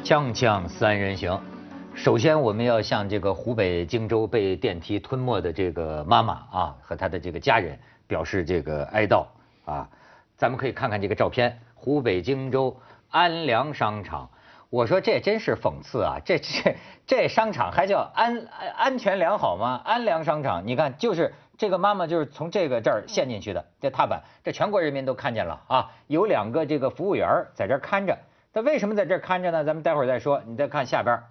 锵锵三人行，首先我们要向这个湖北荆州被电梯吞没的这个妈妈啊和她的这个家人表示这个哀悼啊。咱们可以看看这个照片，湖北荆州安良商场。我说这真是讽刺啊！这商场还叫安全良好吗？安良商场，你看就是这个妈妈就是从这儿陷进去的，这踏板，这全国人民都看见了啊！有2个这个服务员在这看着，他为什么在这看着呢？咱们待会儿再说。你再看下边，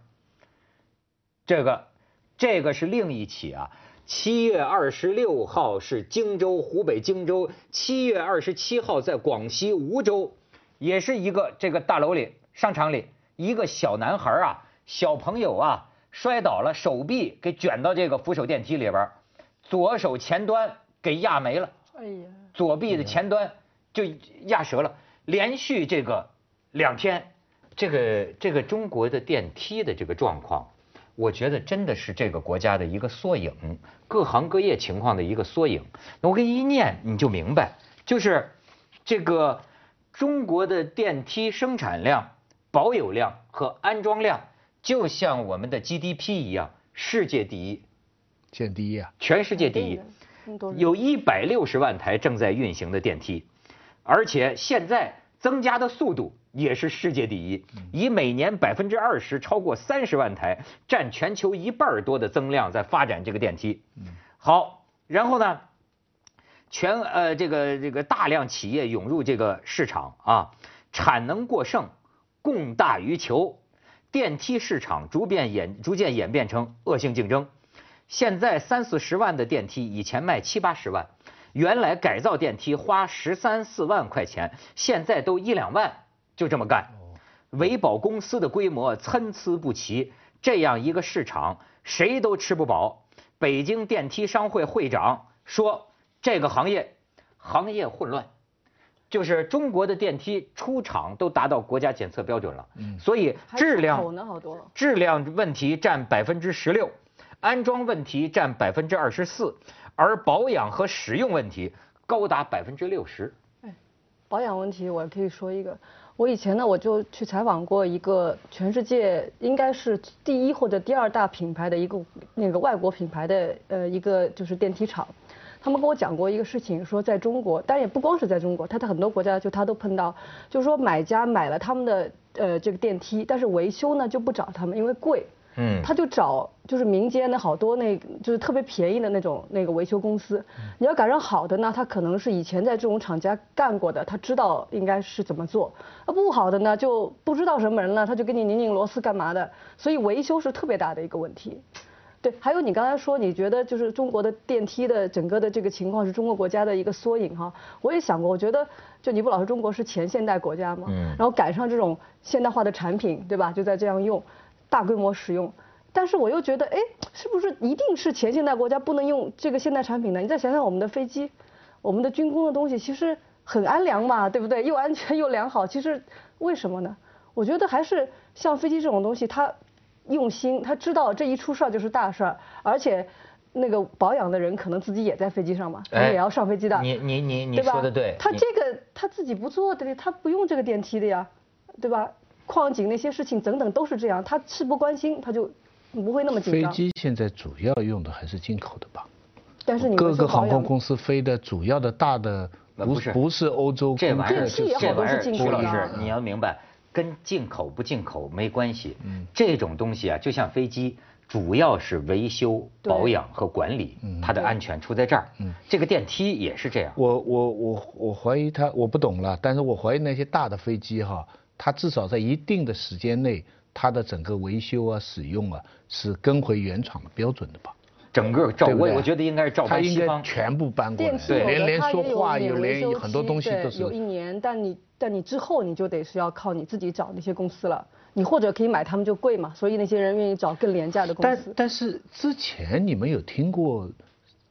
这个是另一起啊。7月26号是湖北荆州，7月27号在广西梧州，也是一个这个大楼里商场里。一个小男孩啊，小朋友啊，摔倒了，手臂给卷到这个扶手电梯里边，左手前端给压没了，哎呀，左臂的前端就压折了，连续这个2天，这个中国的电梯的这个状况，我觉得真的是这个国家的一个缩影，各行各业情况的一个缩影。我给你一念你就明白，就是这个中国的电梯生产量、保有量和安装量，就像我们的 GDP 一样，世界第一， 见第一啊， 全世界第一。有160万台正在运行的电梯，而且现在增加的速度也是世界第一，以每年20%超过30万台，占全球1半多的增量在发展这个电梯。好，然后呢，这个大量企业涌入这个市场啊，产能过剩。供大于求，电梯市场逐渐演变成恶性竞争。现在30-40万的电梯，以前卖70-80万，原来改造电梯花13-14万块钱，现在都1-2万，就这么干。维保公司的规模参差不齐，这样一个市场谁都吃不饱。北京电梯商会会长说，这个行业混乱。就是中国的电梯出厂都达到国家检测标准了，所以质量问题占16%，安装问题占24%，而保养和使用问题高达60%。 保养问题我可以说一个，我以前呢我就去采访过一个全世界应该是第1或者第2大品牌的一个那个外国品牌的一个就是电梯厂。他们跟我讲过一个事情，说在中国，当然也不光是在中国，他在很多国家他都碰到，就是说买家买了他们的这个电梯，但是维修呢就不找他们，因为贵，他就找就是民间的好多就是特别便宜的那个维修公司。你要赶上好的呢，他可能是以前在这种厂家干过的，他知道应该是怎么做；不好的呢就不知道什么人了，他就给你拧螺丝干嘛的，所以维修是特别大的一个问题。对，还有你刚才说，你觉得就是中国的电梯的整个的这个情况是中国国家的一个缩影哈。我也想过，我觉得就你不老说中国是前现代国家嘛，然后赶上这种现代化的产品，对吧？就在这样用，大规模使用。但是我又觉得，哎，是不是一定是前现代国家不能用这个现代产品呢？你再想想我们的飞机，我们的军工的东西，其实很安良嘛，对不对？又安全又良好，其实为什么呢？我觉得还是像飞机这种东西，它用心，他知道这一出事儿就是大事儿，而且那个保养的人可能自己也在飞机上嘛，他也要上飞机的。 你说的对。 他这个他自己不做的，他不用这个电梯的呀，对吧？矿井那些事情等等都是这样，他事不关心，他就不会那么紧张。 飞机现在主要用的还是进口的吧？ 但是你各个航空公司飞的主要的大的不是欧洲。 这玩意儿徐老师你要明白。跟进口不进口没关系，这种东西啊，就像飞机，主要是维修、保养和管理，它的安全出在这儿。这个电梯也是这样。 我怀疑我不懂了，但是我怀疑那些大的飞机哈，它至少在一定的时间内，它的整个维修啊、使用啊，是跟回原厂的标准的吧？ 整个我觉得应该是照搬西方， 全部搬过来， 连说话连很多东西都是有1年，但你之后你就得是要靠你自己找那些公司了，你或者可以买他们就贵嘛，所以那些人愿意找更廉价的公司。 但是之前你们有听过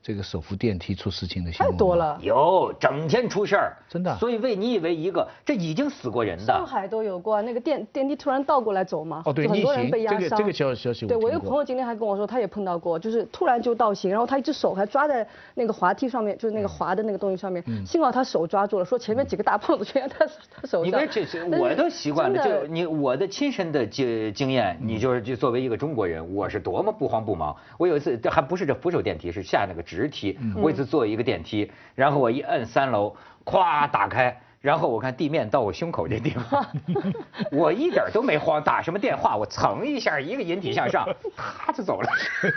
这个手扶电梯出事情的新闻？ 太多了， 有，整天出事儿， 真的。 所以你以为一个，这已经死过人的。 上海都有过那个电梯突然倒过来走嘛， 哦对， 很多人被压伤。 这个消息对，我一个朋友今天还跟我说，他也碰到过，就是突然就倒行，然后他一只手还抓在那个滑梯上面，就是那个滑的那个东西上面，幸好他手抓住了，说前面几个大胖子全在他手上。 因为这是我都习惯了，就我的亲身的经验，你就作为一个中国人，我是多么不慌不忙。我有一次还不是这扶手电梯，是下那个直梯，我一次坐一个电梯，然后我一摁3楼，咵打开。然后我看地面到我胸口这地方，我一点都没慌，打什么电话，我蹭一下一个引体向上，他就走了。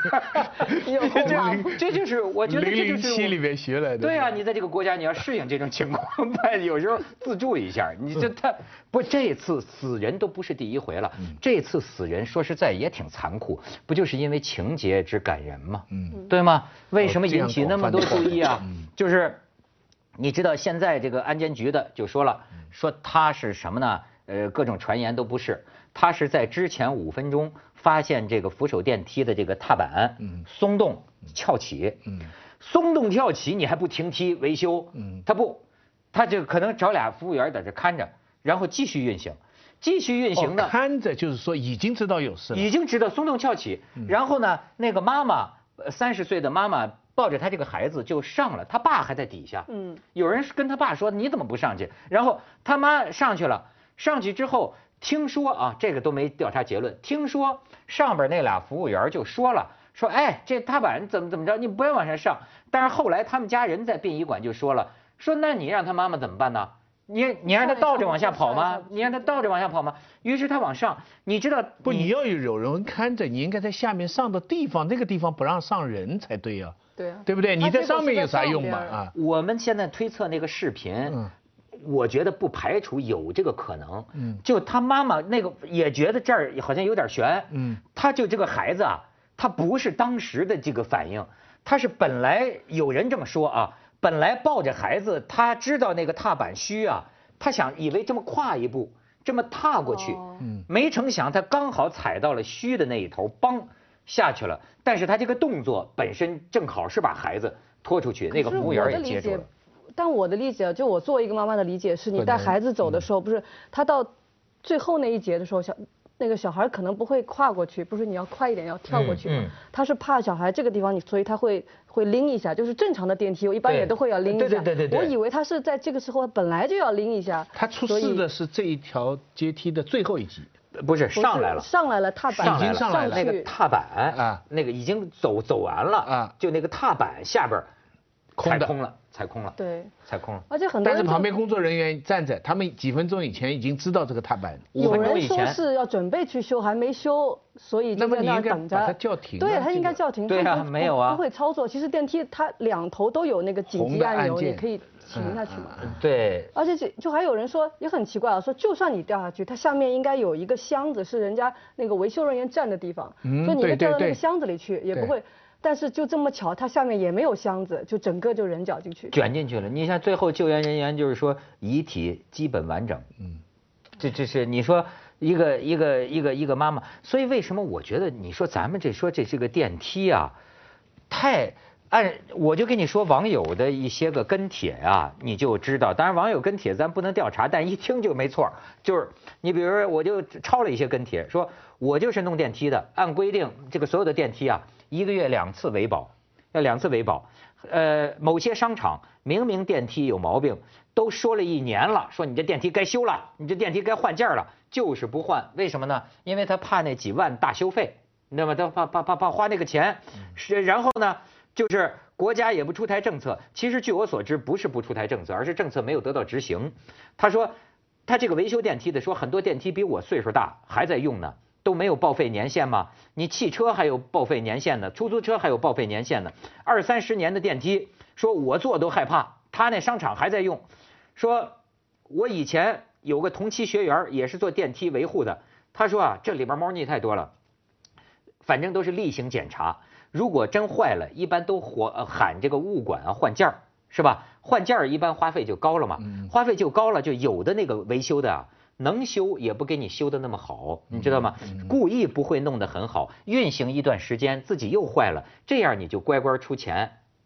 这就是我觉得这就是 007里面学来的。 对啊，你在这个国家你要适应这种情况，有时候自助一下。你这这次死人都不是第一回了，这次死人说实在也挺残酷，不就是因为情节之感人吗？对吗？为什么引起那么多注意啊？就是。你知道现在这个安监局的就说了，说他是什么呢？各种传言都不是，他是在之前5分钟发现这个扶手电梯的这个踏板松动翘起，松动翘起你还不停梯维修，他就可能找俩服务员在这看着，然后继续运行呢。 看着就是说已经知道有事了， 已经知道松动翘起，然后呢，那个妈妈30岁的妈妈。抱着他这个孩子就上了，他爸还在底下。有人跟他爸说你怎么不上去？然后他妈上去了，上去之后听说啊，这个都没调查结论。听说上边那俩服务员就说了，说哎这踏板怎么着，你不要往上上。但是后来他们家人在殡仪馆就说了，说那你让他妈妈怎么办呢？你让他倒着往下跑吗？你让他倒着往下跑吗？于是他往上，你知道不？你要有人看着，你应该在下面上的地方，那个地方不让上人才对啊。 对啊， 对不对？你在上面有啥用嘛？啊， 我们现在推测那个视频，我觉得不排除有这个可能。就他妈妈那个也觉得这儿好像有点悬。他就这个孩子啊，他不是当时的这个反应，他是本来有人这么说啊，本来抱着孩子，他知道那个踏板虚啊，他以为这么跨一步，这么踏过去，没成想他刚好踩到了虚的那一头，梆。下去了，但是他这个动作本身正好是把孩子拖出去，那个服务员也接住了。 但我的理解，就我作为一个妈妈的理解是，你带孩子走的时候，不是他到最后那一节的时候，那个小孩可能不会跨过去，不是你要快一点要跳过去吗？他是怕小孩这个地方所以他会拎一下，就是正常的电梯，我一般也都会要拎一下。 对。 我以为他是在这个时候本来就要拎一下。 他出事的是这一条阶梯的最后一级。 不是上来了， 踏板已经上来了， 那个踏板啊，那个已经走完了啊，就那个踏板下边踩空了， 对， 踩空了。 而且很多人， 但是旁边工作人员站着，他们几分钟以前已经知道这个踏板 ，5分钟以前有人说是要准备去修，还没修，所以就在那儿等着。 把它叫停。 对，他应该叫停。 对啊，没有啊， 不会操作。其实电梯它2头都有那个紧急按钮，你可以停下去嘛。 对。 而且就还有人说也很奇怪啊，说就算你掉下去，它下面应该有一个箱子，是人家那个维修人员站的地方，说你掉到那个箱子里去也不会。但是就这么巧，它下面也没有箱子，就整个就人绞进去， 卷进去了。你像最后救援人员就是说遗体基本完整，这是你说一个妈妈，所以为什么我觉得你说咱们这是个电梯啊，我就跟你说网友的一些个跟帖啊，你就知道。当然网友跟帖咱不能调查，但一听就没错。就是你比如说，我就抄了一些跟帖，说我就是弄电梯的，按规定这个所有的电梯啊，1个月2次维保，要2次维保。某些商场明明电梯有毛病，都说了1年了，说你这电梯该修了，你这电梯该换件了，就是不换。为什么呢？因为他怕那几万大修费，你知道吗？他怕花那个钱。然后呢？就是国家也不出台政策，其实据我所知不是不出台政策，而是政策没有得到执行。他说，他这个维修电梯的说，很多电梯比我岁数大还在用呢，都没有报废年限吗？你汽车还有报废年限呢，出租车还有报废年限呢，20、30年的电梯，说我坐都害怕，他那商场还在用。说我以前有个同期学员也是做电梯维护的，他说啊，这里边猫腻太多了，反正都是例行检查。如果真坏了，一般都喊这个物管啊换件儿，是吧？换件儿一般花费就高了嘛，花费就高了，就有的那个维修的啊，能修也不给你修的那么好，你知道吗？故意不会弄得很好，运行一段时间自己又坏了，这样你就乖乖出钱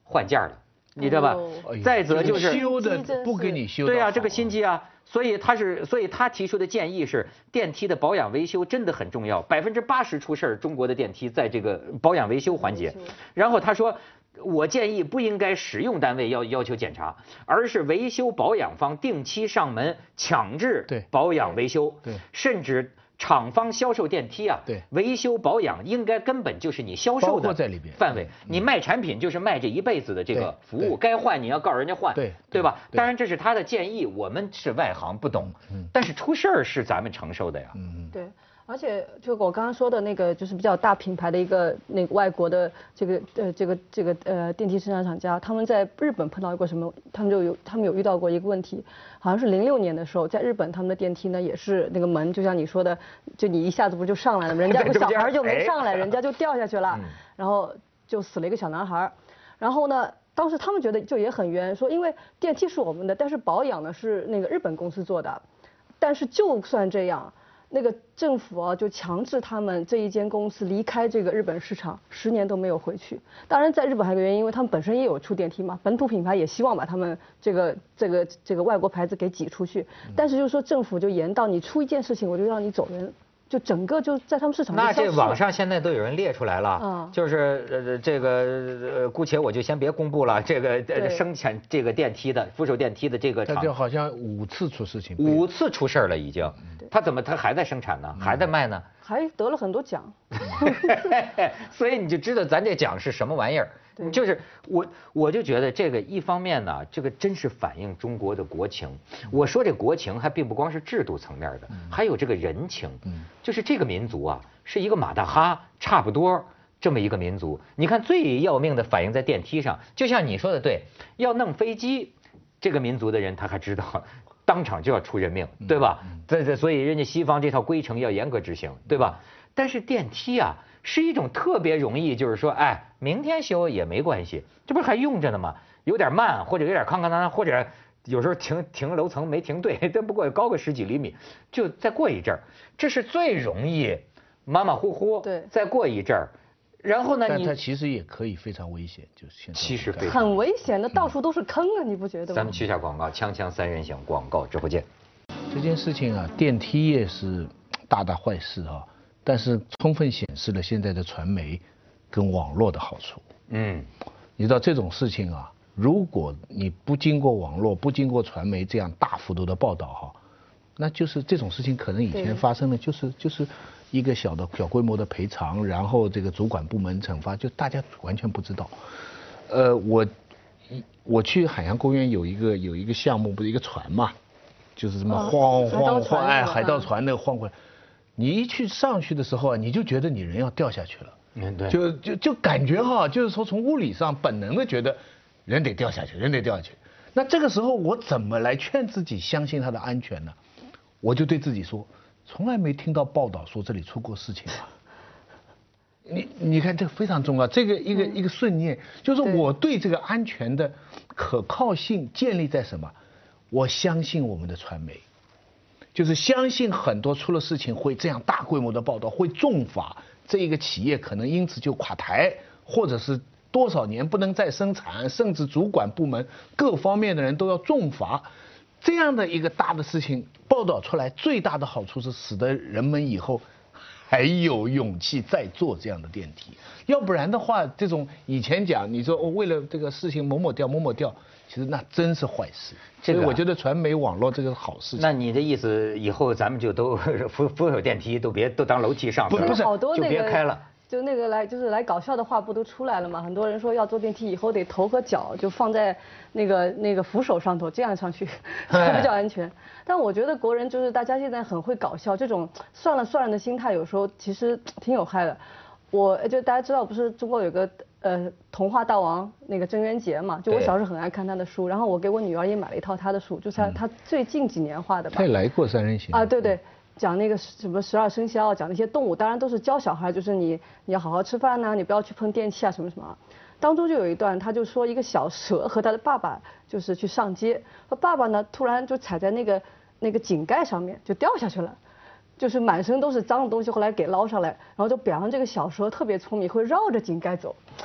换件了，你知道吧？再则就是修的不给你修。 对啊，这个新机啊，所以他提出的建议是，电梯的保养维修真的很重要，80%出事儿，中国的电梯在这个保养维修环节。然后他说，我建议不应该使用单位要求检查，而是维修保养方定期上门强制保养维修，甚至厂方销售电梯啊，维修保养应该根本就是你销售的范围，你卖产品就是卖这一辈子的这个服务，该换你要告诉人家换，对吧？当然这是他的建议，我们是外行不懂，但是出事儿是咱们承受的呀。 对。而且就我刚刚说的那个，就是比较大品牌的一个那个外国的这个电梯生产厂家，他们在日本碰到一个什么？他们有遇到过一个问题，好像是06年的时候，在日本他们的电梯呢也是那个门，就像你说的，就你一下子不就上来了吗？人家有个小孩就没上来，人家就掉下去了，然后就死了一个小男孩。然后呢，当时他们觉得就也很冤，说因为电梯是我们的，但是保养呢是那个日本公司做的，但是就算这样。那个政府啊，就强制他们这一间公司离开这个日本市场，10年都没有回去。当然，在日本还有个原因，因为他们本身也有出电梯嘛，本土品牌也希望把他们这个外国牌子给挤出去。但是就是说，政府就严到你出一件事情，我就让你走人。就整个就在他们市场那这网上现在都有人列出来了，就是这个姑且我就先别公布了，这个生产这个电梯的扶手电梯的这个厂， 他就好像5次出事情 ，5次出事了已经，他还在生产呢，还在卖呢， 还得了很多奖， 所以你就知道咱这奖是什么玩意儿。就是我就觉得这个一方面呢，这个真是反映中国的国情。我说这国情还并不光是制度层面的，还有这个人情。就是这个民族啊，是一个马大哈差不多这么一个民族。你看最要命的反映在电梯上，就像你说的对，要弄飞机，这个民族的人他还知道。当场就要出人命，对吧？所以人家西方这套规程要严格执行，对吧？但是电梯啊，是一种特别容易，就是说，哎，明天修也没关系，这不是还用着呢吗？有点慢，或者有点康康当当，或者有时候停楼层没停对，这不过高个10几厘米，就再过一阵儿，这是最容易马马虎虎。 对， 再过一阵儿。然后呢？ 但它其实也可以非常危险，就是现在。 其实很危险的，到处都是坑啊，你不觉得吗？ 咱们去下广告，锵锵三人行，广告之后见。 这件事情啊，电梯业是大坏事啊，但是充分显示了现在的传媒跟网络的好处。你知道这种事情啊，如果你不经过网络，不经过传媒这样大幅度的报道哈，那就是这种事情可能以前发生的就是一个小规模的赔偿，然后这个主管部门惩罚，就大家完全不知道。我去海洋公园有一个项目，不是一个船嘛，就是什么晃，哎，海盗船那个晃过来，你一去上去的时候啊，你就觉得你人要掉下去了，对，就感觉哈，就是说从物理上本能的觉得人得掉下去，人得掉下去。那这个时候我怎么来劝自己相信它的安全呢？我就对自己说。从来没听到报道说这里出过事情啊！你看这个非常重要，这个一个顺念，就是我对这个安全的可靠性建立在什么？我相信我们的传媒，就是相信很多出了事情会这样大规模的报道，会重罚，这一个企业可能因此就垮台，或者是多少年不能再生产，甚至主管部门各方面的人都要重罚。这样的一个大的事情报道出来，最大的好处是使得人们以后还有勇气再坐这样的电梯。要不然的话，这种以前讲你说为了这个事情某某掉，其实那真是坏事。所以我觉得传媒网络这个是好事情。 那你的意思，以后咱们就都扶手电梯都当楼梯上， 不是就别开了。 就那个来搞笑的话不都出来了吗？很多人说要坐电梯以后得头和脚就放在那个扶手上头，这样上去才比较安全。但我觉得国人就是大家现在很会搞笑，这种算了的心态有时候其实挺有害的。就大家知道不是中国有个童话大王那个郑渊洁嘛？就我小时候很爱看他的书，然后我给我女儿也买了一套他的书，就是他最近几年画的吧。 他也来过三人行啊，对。讲那个什么12生肖，讲那些动物，当然都是教小孩，就是你要好好吃饭呐，你不要去碰电器啊什么什么。当中就有一段，他就说一个小蛇和他的爸爸就是去上街，爸爸呢突然就踩在那个井盖上面就掉下去了，就是满身都是脏的东西，后来给捞上来，然后就表扬这个小蛇特别聪明，会绕着井盖走。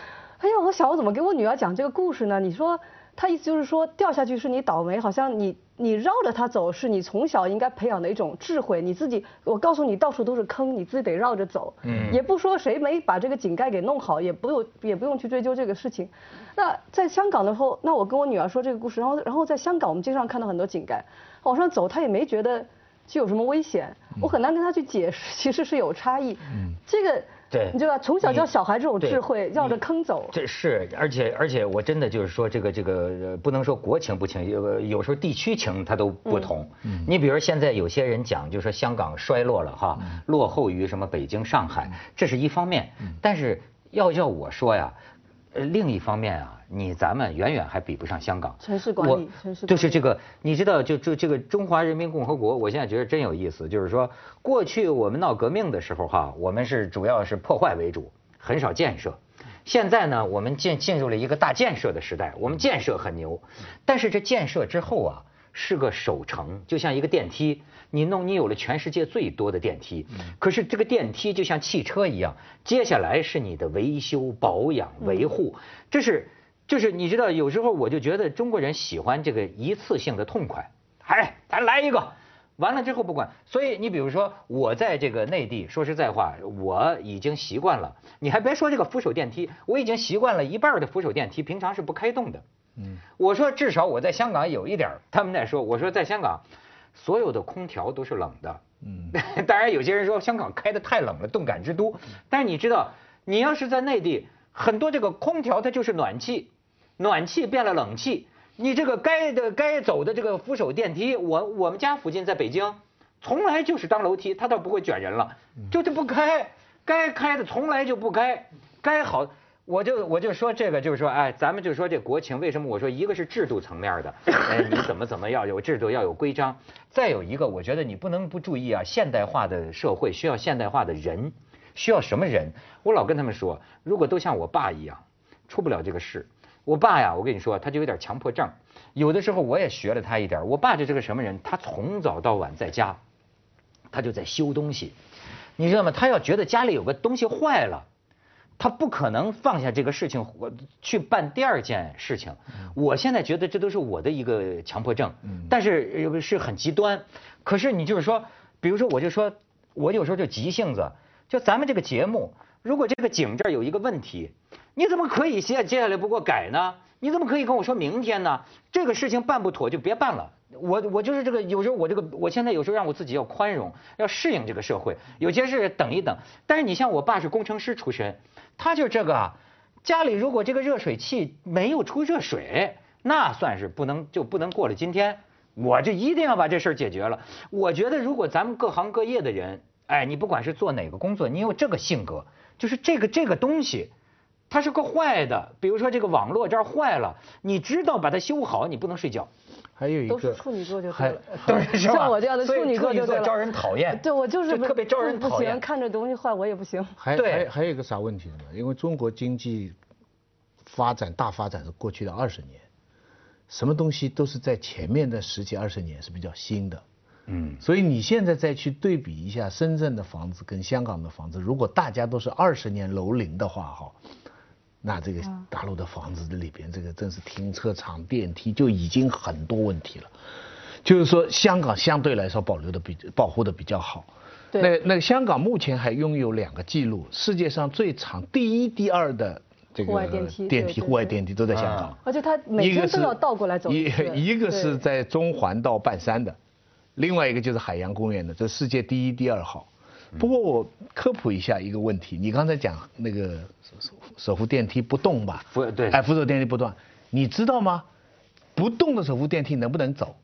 哎呀，我想我怎么给我女儿讲这个故事呢？你说她意思就是说掉下去是你倒霉，好像你绕着它走是你从小应该培养的一种智慧，你自己我告诉你到处都是坑，你自己得绕着走。也不说谁没把这个井盖给弄好，也不用去追究这个事情。那在香港的时候，那我跟我女儿说这个故事，然后在香港我们经常看到很多井盖，往上走她也没觉得就有什么危险，我很难跟她去解释，其实是有差异。这个。 对， 你知道，从小教小孩这种智慧，绕着坑走。 这是，而且我真的就是说，这个不能说国情不情，有时候地区情它都不同。你比如现在有些人讲，就是说香港衰落了哈，落后于什么北京、上海，这是一方面。但是要我说呀。另一方面啊，咱们远远还比不上香港城市管理， 就是这个，你知道，就这个中华人民共和国，我现在觉得真有意思，就是说，过去我们闹革命的时候哈，我们是主要是破坏为主，很少建设。现在呢，我们进入了一个大建设的时代，我们建设很牛，但是这建设之后啊，是个守成，就像一个电梯。你有了全世界最多的电梯，可是这个电梯就像汽车一样，接下来是你的维修、保养、维护，就是你知道，有时候我就觉得中国人喜欢这个一次性的痛快，咱来一个，完了之后不管。所以你比如说我在这个内地，说实在话，我已经习惯了。你还别说这个扶手电梯，我已经习惯了一半的扶手电梯平常是不开动的。我说至少我在香港有一点，他们在说，我说在香港。所有的空调都是冷的，当然有些人说香港开得太冷了，动感之都。但是你知道，你要是在内地，很多这个空调它就是暖气，暖气变了冷气。你这个该走的这个扶手电梯，我们家附近在北京，从来就是当楼梯，它倒不会卷人了，就是不开，该开的从来就不开，该好。我就说这个，就是说，哎，咱们就说这国情，为什么我说一个是制度层面的，你怎么要有制度，要有规章，再有一个，我觉得你不能不注意啊，现代化的社会需要现代化的人，需要什么人？我老跟他们说，如果都像我爸一样，出不了这个事。我爸呀，我跟你说，他就有点强迫症，有的时候我也学了他一点。我爸就是个什么人？他从早到晚在家，他就在修东西，你知道吗？他要觉得家里有个东西坏了。他不可能放下这个事情，去办第二件事情。我现在觉得这都是我的一个强迫症，但是是很极端。可是你就是说，比如说我有时候就急性子，就咱们这个节目，如果这个井这儿有一个问题，你怎么可以接下来不给我改呢？你怎么可以跟我说明天呢？这个事情办不妥就别办了。我就是这个，有时候我现在有时候让我自己要宽容，要适应这个社会，有些事等一等。但是你像我爸是工程师出身，他就这个啊，家里如果这个热水器没有出热水，那算是不能过了今天。我就一定要把这事儿解决了。我觉得如果咱们各行各业的人，哎，你不管是做哪个工作，你有这个性格，就是这个东西。它是个坏的，比如说这个网络这儿坏了，你知道把它修好，你不能睡觉。 还有一个都是处女座就对了， 对， 像我这样的处女座就对了， 招人讨厌。 对，我就是特别招人讨厌， 不行，看着东西坏我也不行。 还有一个啥问题呢？因为中国经济大发展是过去的20年，什么东西都是在前面的10几20年是比较新的。所以你现在再去对比一下深圳的房子跟香港的房子，如果大家都是20年楼龄的话，哈。那这个大陆的房子里边，这个真是停车场、电梯就已经很多问题了。就是说，香港相对来说保护的比较好。 对。 那香港目前还拥有2个记录，世界上最长第1、第2的这个户外电梯都在香港。 而且它每天都要倒过来走。 一个是在中环到半山的，另外一个就是海洋公园的，这世界第1、第2号。不过我科普一下一个问题，你刚才讲那个手扶电梯不动吧？ 对， 扶手电梯不动，你知道吗？不动的手扶电梯能不能走？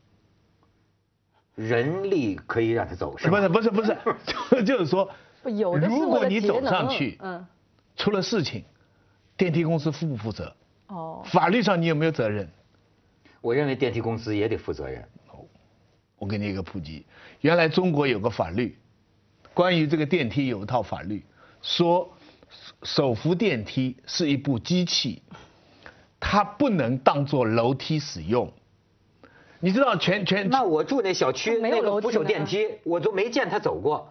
人力可以让它走，是吧？ 不是，就是说，如果你走上去，出了事情，电梯公司负不负责？法律上你有没有责任？ 我认为电梯公司也得负责任。 我给你一个普及，原来中国有个法律。关于这个电梯有一套法律，说手扶电梯是一部机器，它不能当作楼梯使用。你知道全那我住那小区那个扶手电梯，我都没见他走过。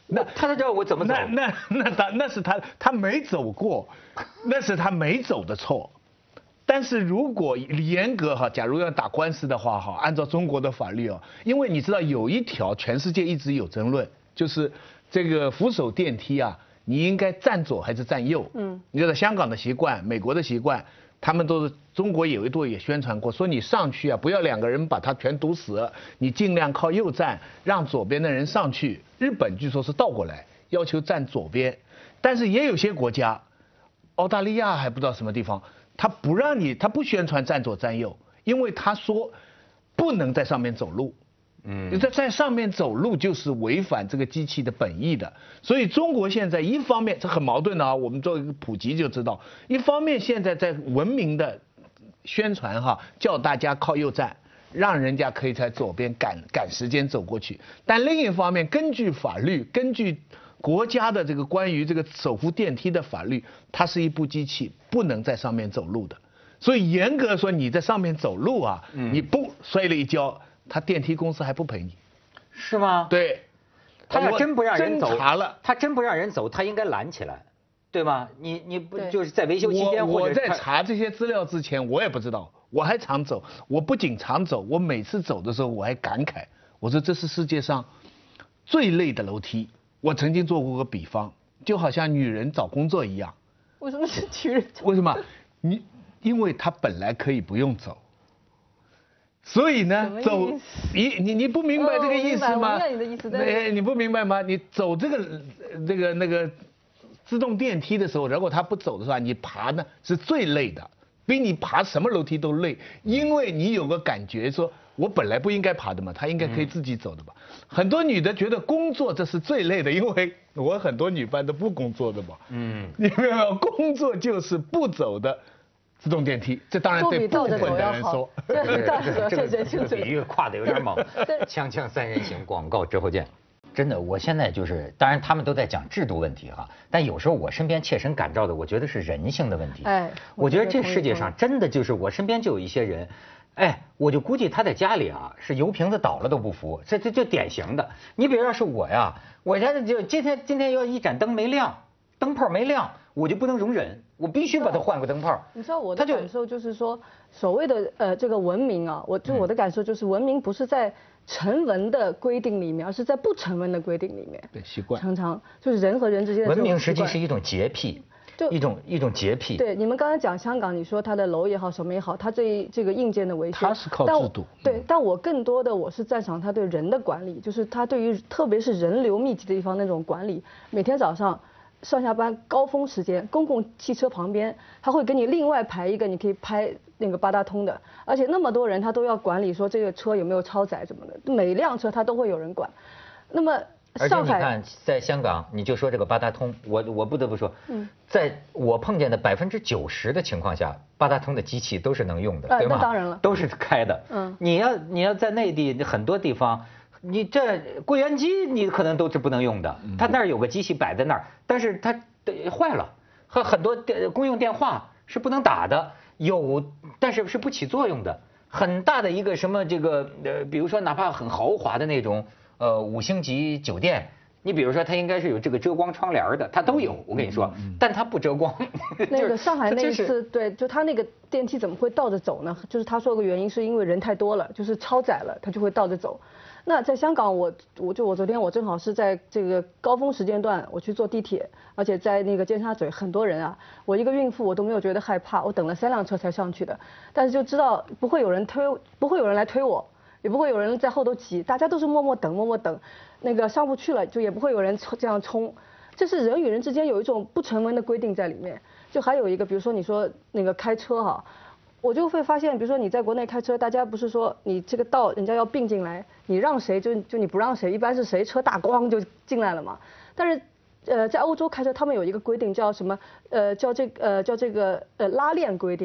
那他知道我怎么走？ 那是他没走过，那是他没走的错。但是如果严格哈，假如要打官司的话哈，按照中国的法律哦，因为你知道有一条全世界一直有争论，就是这个扶手电梯啊，你应该站左还是站右？你知道香港的习惯，美国的习惯，他们都是中国有一度也宣传过，说你上去啊，不要两个人把它全堵死，你尽量靠右站，让左边的人上去。日本据说是倒过来，要求站左边，但是也有些国家，澳大利亚还不知道什么地方。他不让你，他不宣传站左站右，因为他说不能在上面走路。你在上面走路就是违反这个机器的本意的。所以中国现在一方面这很矛盾的啊，我们做一个普及就知道，一方面现在在文明的宣传哈，叫大家靠右站，让人家可以在左边赶时间走过去。但另一方面，根据法律，根据国家的这个关于这个手扶电梯的法律，它是一部机器，不能在上面走路的。所以严格说，你在上面走路啊，你不摔了一跤，他电梯公司还不赔你， 是吗？ 对， 他要真不让人走， 他真不让人走，他应该拦起来，对吗？你不就是在维修期间或者我在查这些资料之前，我也不知道，我还常走，我不仅常走，我每次走的时候我还感慨，我说这是世界上最累的楼梯。我曾经做过个比方，就好像女人找工作一样。 为什么是女人？ 为什么？因为她本来可以不用走，所以呢，走你不明白这个意思吗？ 我明白你的意思。 你不明白吗？你走这个自动电梯的时候，如果它不走的话，你爬呢是最累的，比你爬什么楼梯都累，因为你有个感觉说。我本来不应该爬的嘛，他应该可以自己走的吧。很多女的觉得工作这是最累的，因为我很多女伴都不工作的嘛。你明白吗？工作就是不走的自动电梯，这当然对部分的人说。 这个比喻跨的有点猛。锵锵三人行，广告之后见。真的，我现在就是，当然他们都在讲制度问题哈，但有时候我身边切身感召的，我觉得是人性的问题。我觉得这世界上真的就是我身边就有一些人。我就估计他在家里啊，是油瓶子倒了都不服，这就典型的。你比如说是我呀，我现在就今天要一盏灯没亮，灯泡没亮，我就不能容忍，我必须把它换个灯泡。 你知道我的感受就是说，所谓的这个文明啊，我的感受就是文明不是在成文的规定里面，而是在不成文的规定里面。 对，习惯。 常常就是人和人之间的文明实际是一种洁癖。一种洁癖。 对，你们刚才讲香港，你说它的楼也好，什么也好，它对这个硬件的维修， 它是靠制度。 对，但我更多的我是赞赏它对人的管理，就是它对于特别是人流密集的地方那种管理，每天早上上下班高峰时间，公共汽车旁边，它会给你另外排一个，你可以拍那个八达通的，而且那么多人他都要管理说这个车有没有超载什么的，每辆车他都会有人管。那么而且你看，在香港，你就说这个八达通，我不得不说，在我碰见的90%的情况下，八达通的机器都是能用的，对吗？ 那当然了， 都是开的。你要在内地很多地方，你这柜员机你可能都是不能用的，它那儿有个机器摆在那儿，但是它坏了，和很多公用电话是不能打的，但是是不起作用的。很大的一个什么这个比如说哪怕很豪华的那种。5星级酒店，你比如说它应该是有这个遮光窗帘的，它都有，我跟你说，但它不遮光。 那个上海那一次，对，就它那个电梯怎么会倒着走呢？就是他说个原因是因为人太多了，就是超载了，它就会倒着走。那在香港，我昨天我正好是在这个高峰时间段，我去坐地铁，而且在那个尖沙咀很多人啊，我一个孕妇我都没有觉得害怕，我等了3辆车才上去的，但是就知道不会有人来推我。也不会有人在后头挤，大家都是默默等，那个上不去了就也不会有人这样冲，这是人与人之间有一种不成文的规定在里面。就还有一个，比如说你说那个开车哈，我就会发现，比如说你在国内开车，大家不是说你这个道人家要并进来，你让谁就你不让谁，一般是谁车大咣就进来了嘛。但是在欧洲开车，他们有一个规定叫什么叫这个拉链规定。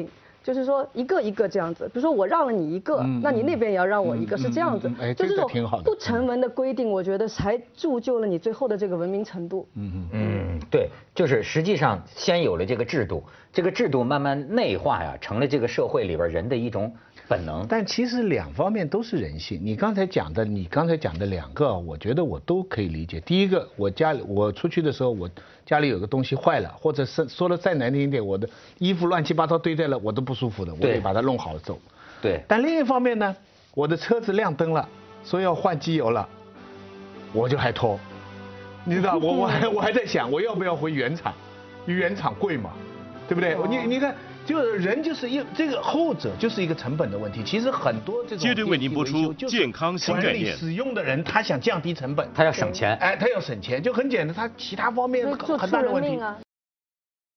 就是说一个一个这样子，比如说我让了你一个，那你那边也要让我一个，是这样子，就这种不成文的规定，我觉得才铸就了你最后的这个文明程度。 对，就是实际上先有了这个制度，这个制度慢慢内化呀，成了这个社会里边人的一种本能。 但其实两方面都是人性。你刚才讲的两个，我觉得我都可以理解。第一个，我出去的时候，我家里有个东西坏了，或者是说的再难听一点，我的衣服乱七八糟堆在了，我都不舒服的，我得把它弄好了走。 对。 但另一方面呢，我的车子亮灯了，说要换机油了，我就还拖。你知道，我还在想，我要不要回原厂？原厂贵嘛，对不对？你看。就是人就是这个后者就是一个成本的问题。其实很多这种接着为您播出健康新概念。 管理使用的人他想降低成本， 他要省钱， 他要省钱，就很简单，他其他方面很大的问题。